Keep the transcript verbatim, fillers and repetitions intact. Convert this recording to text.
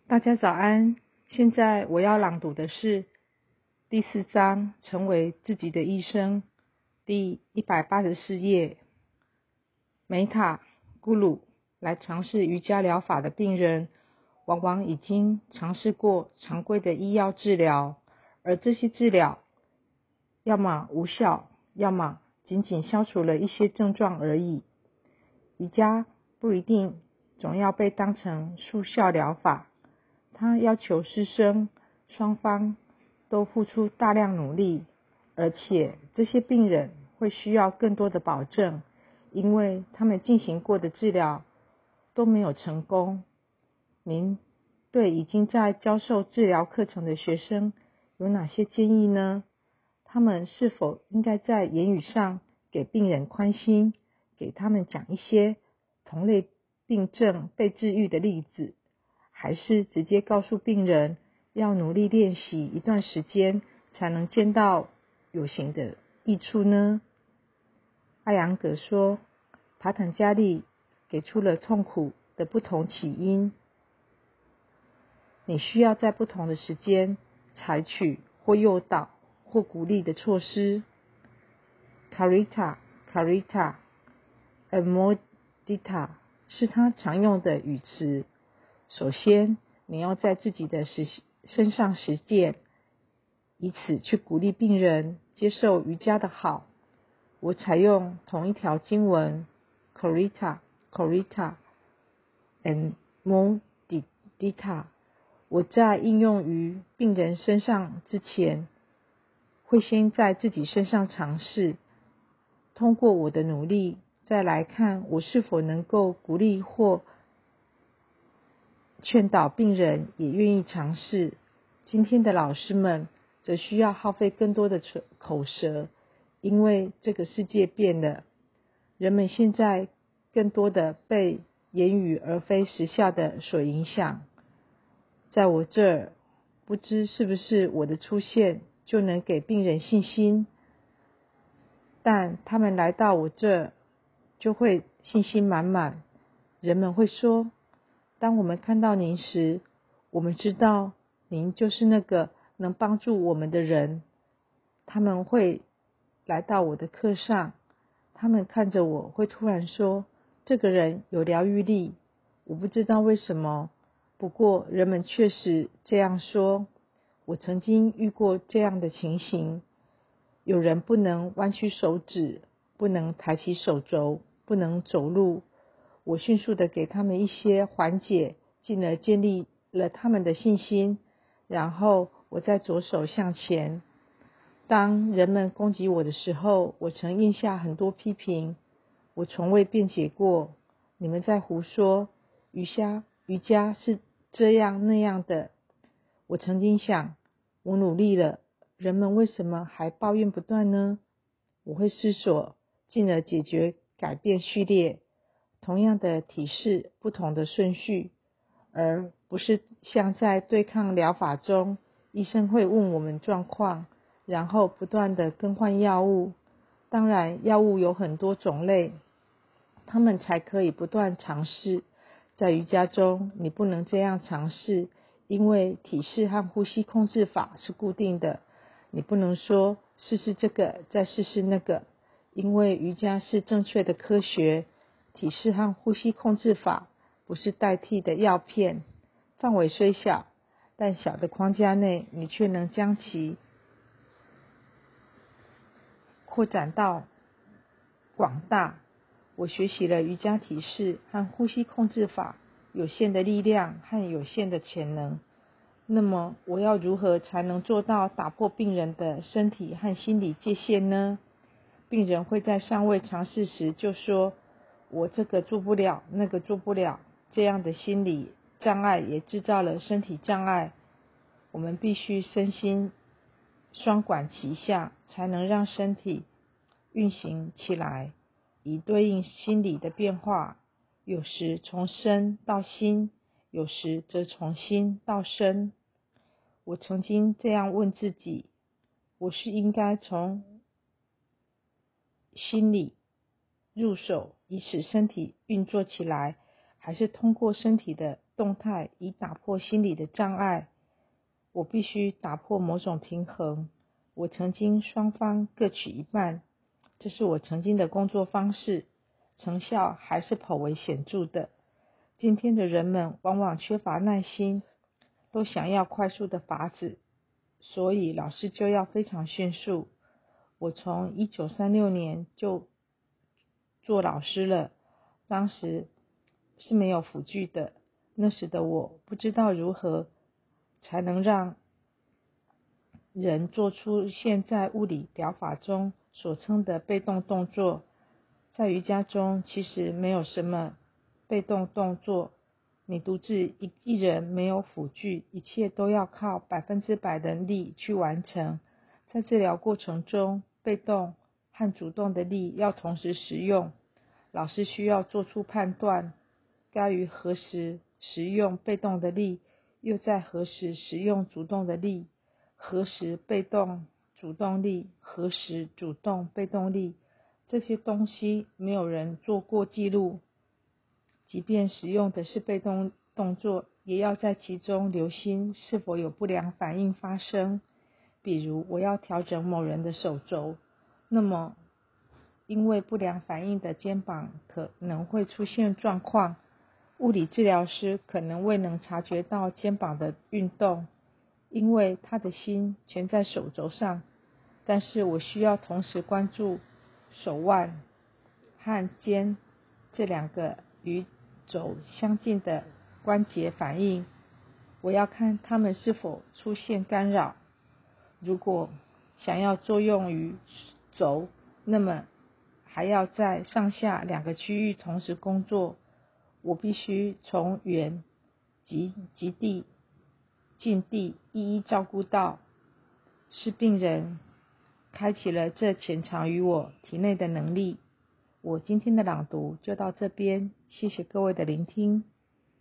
大家早安，现在我要朗读的是第四章，成为自己的医生，第一百八十四页。梅塔咕噜来尝试瑜伽疗法的病人，往往已经尝试过常规的医药治疗，而这些治疗要么无效，要么仅仅消除了一些症状而已。瑜伽不一定总要被当成速效疗法，它要求师生双方都付出大量努力，而且这些病人会需要更多的保证，因为他们进行过的治疗都没有成功。您对已经在教授治疗课程的学生有哪些建议呢？他们是否应该在言语上给病人宽心，给他们讲一些同类病症被治愈的例子，还是直接告诉病人要努力练习一段时间才能见到有形的益处呢？艾扬格说，帕坦加利给出了痛苦的不同起因，你需要在不同的时间采取或诱导或鼓励的措施。Karita Karita Amodita 是他常用的语词。首先，你要在自己的实身上实践，以此去鼓励病人接受瑜伽的好。我采用同一条经文 Karita Karita Amodita， 我在应用于病人身上之前，会先在自己身上尝试，通过我的努力，再来看我是否能够鼓励或劝导病人也愿意尝试。今天的老师们则需要耗费更多的口舌，因为这个世界变了，人们现在更多的被言语而非实效的所影响。在我这儿，不知是不是我的出现就能给病人信心，但他们来到我这儿就会信心满满。人们会说，当我们看到您时，我们知道您就是那个能帮助我们的人。他们会来到我的课上，他们看着我会突然说，这个人有疗愈力。我不知道为什么，不过人们确实这样说。我曾经遇过这样的情形，有人不能弯曲手指，不能抬起手肘，不能走路。我迅速的给他们一些缓解，进而建立了他们的信心，然后我再着手向前。当人们攻击我的时候，我曾咽下很多批评，我从未辩解过，你们在胡说，瑜伽瑜伽是这样那样的。我曾经想，我努力了，人们为什么还抱怨不断呢？我会思索，进而解决改变序列，同样的体式，不同的顺序，而不是像在对抗疗法中，医生会问我们状况，然后不断的更换药物。当然，药物有很多种类，他们才可以不断尝试。在瑜伽中，你不能这样尝试，因为体式和呼吸控制法是固定的。你不能说试试这个，再试试那个，因为瑜伽是正确的科学，体式和呼吸控制法不是代替的药片。范围虽小，但小的框架内，你却能将其扩展到广大。我学习了瑜伽体式和呼吸控制法，有限的力量和有限的潜能。那么我要如何才能做到打破病人的身体和心理界限呢？病人会在尚未尝试时就说，我这个做不了，那个做不了。这样的心理障碍也制造了身体障碍。我们必须身心双管齐下，才能让身体运行起来，以对应心理的变化。有时从身到心，有时则从心到身。我曾经这样问自己，我是应该从心理入手，以使身体运作起来，还是通过身体的动态，以打破心理的障碍。我必须打破某种平衡。我曾经双方各取一半，这是我曾经的工作方式，成效还是颇为显著的。今天的人们往往缺乏耐心，都想要快速的法子，所以老师就要非常迅速。我从一九三六年就做老师了，当时是没有辅具的，那时的我不知道如何才能让人做出现在物理疗法中所称的被动动作。在瑜伽中其实没有什么被动动作，你独自一一人没有辅具，一切都要靠百分之百的力去完成。在治疗过程中，被动和主动的力要同时使用，老师需要做出判断，该于何时使用被动的力，又在何时使用主动的力，何时被动主动力，何时主动被动力，这些东西没有人做过记录。即便使用的是被动动作，也要在其中留心是否有不良反应发生。比如我要调整某人的手肘，那么因为不良反应的肩膀可能会出现状况，物理治疗师可能未能察觉到肩膀的运动，因为他的心全在手肘上。但是我需要同时关注手腕和肩这两个与肘相近的关节反应，我要看它们是否出现干扰。如果想要作用于肘，那么还要在上下两个区域同时工作。我必须从远及极地近地一一照顾到，是病人开启了这潜藏于我体内的能力。我今天的朗读就到这边，谢谢各位的聆听。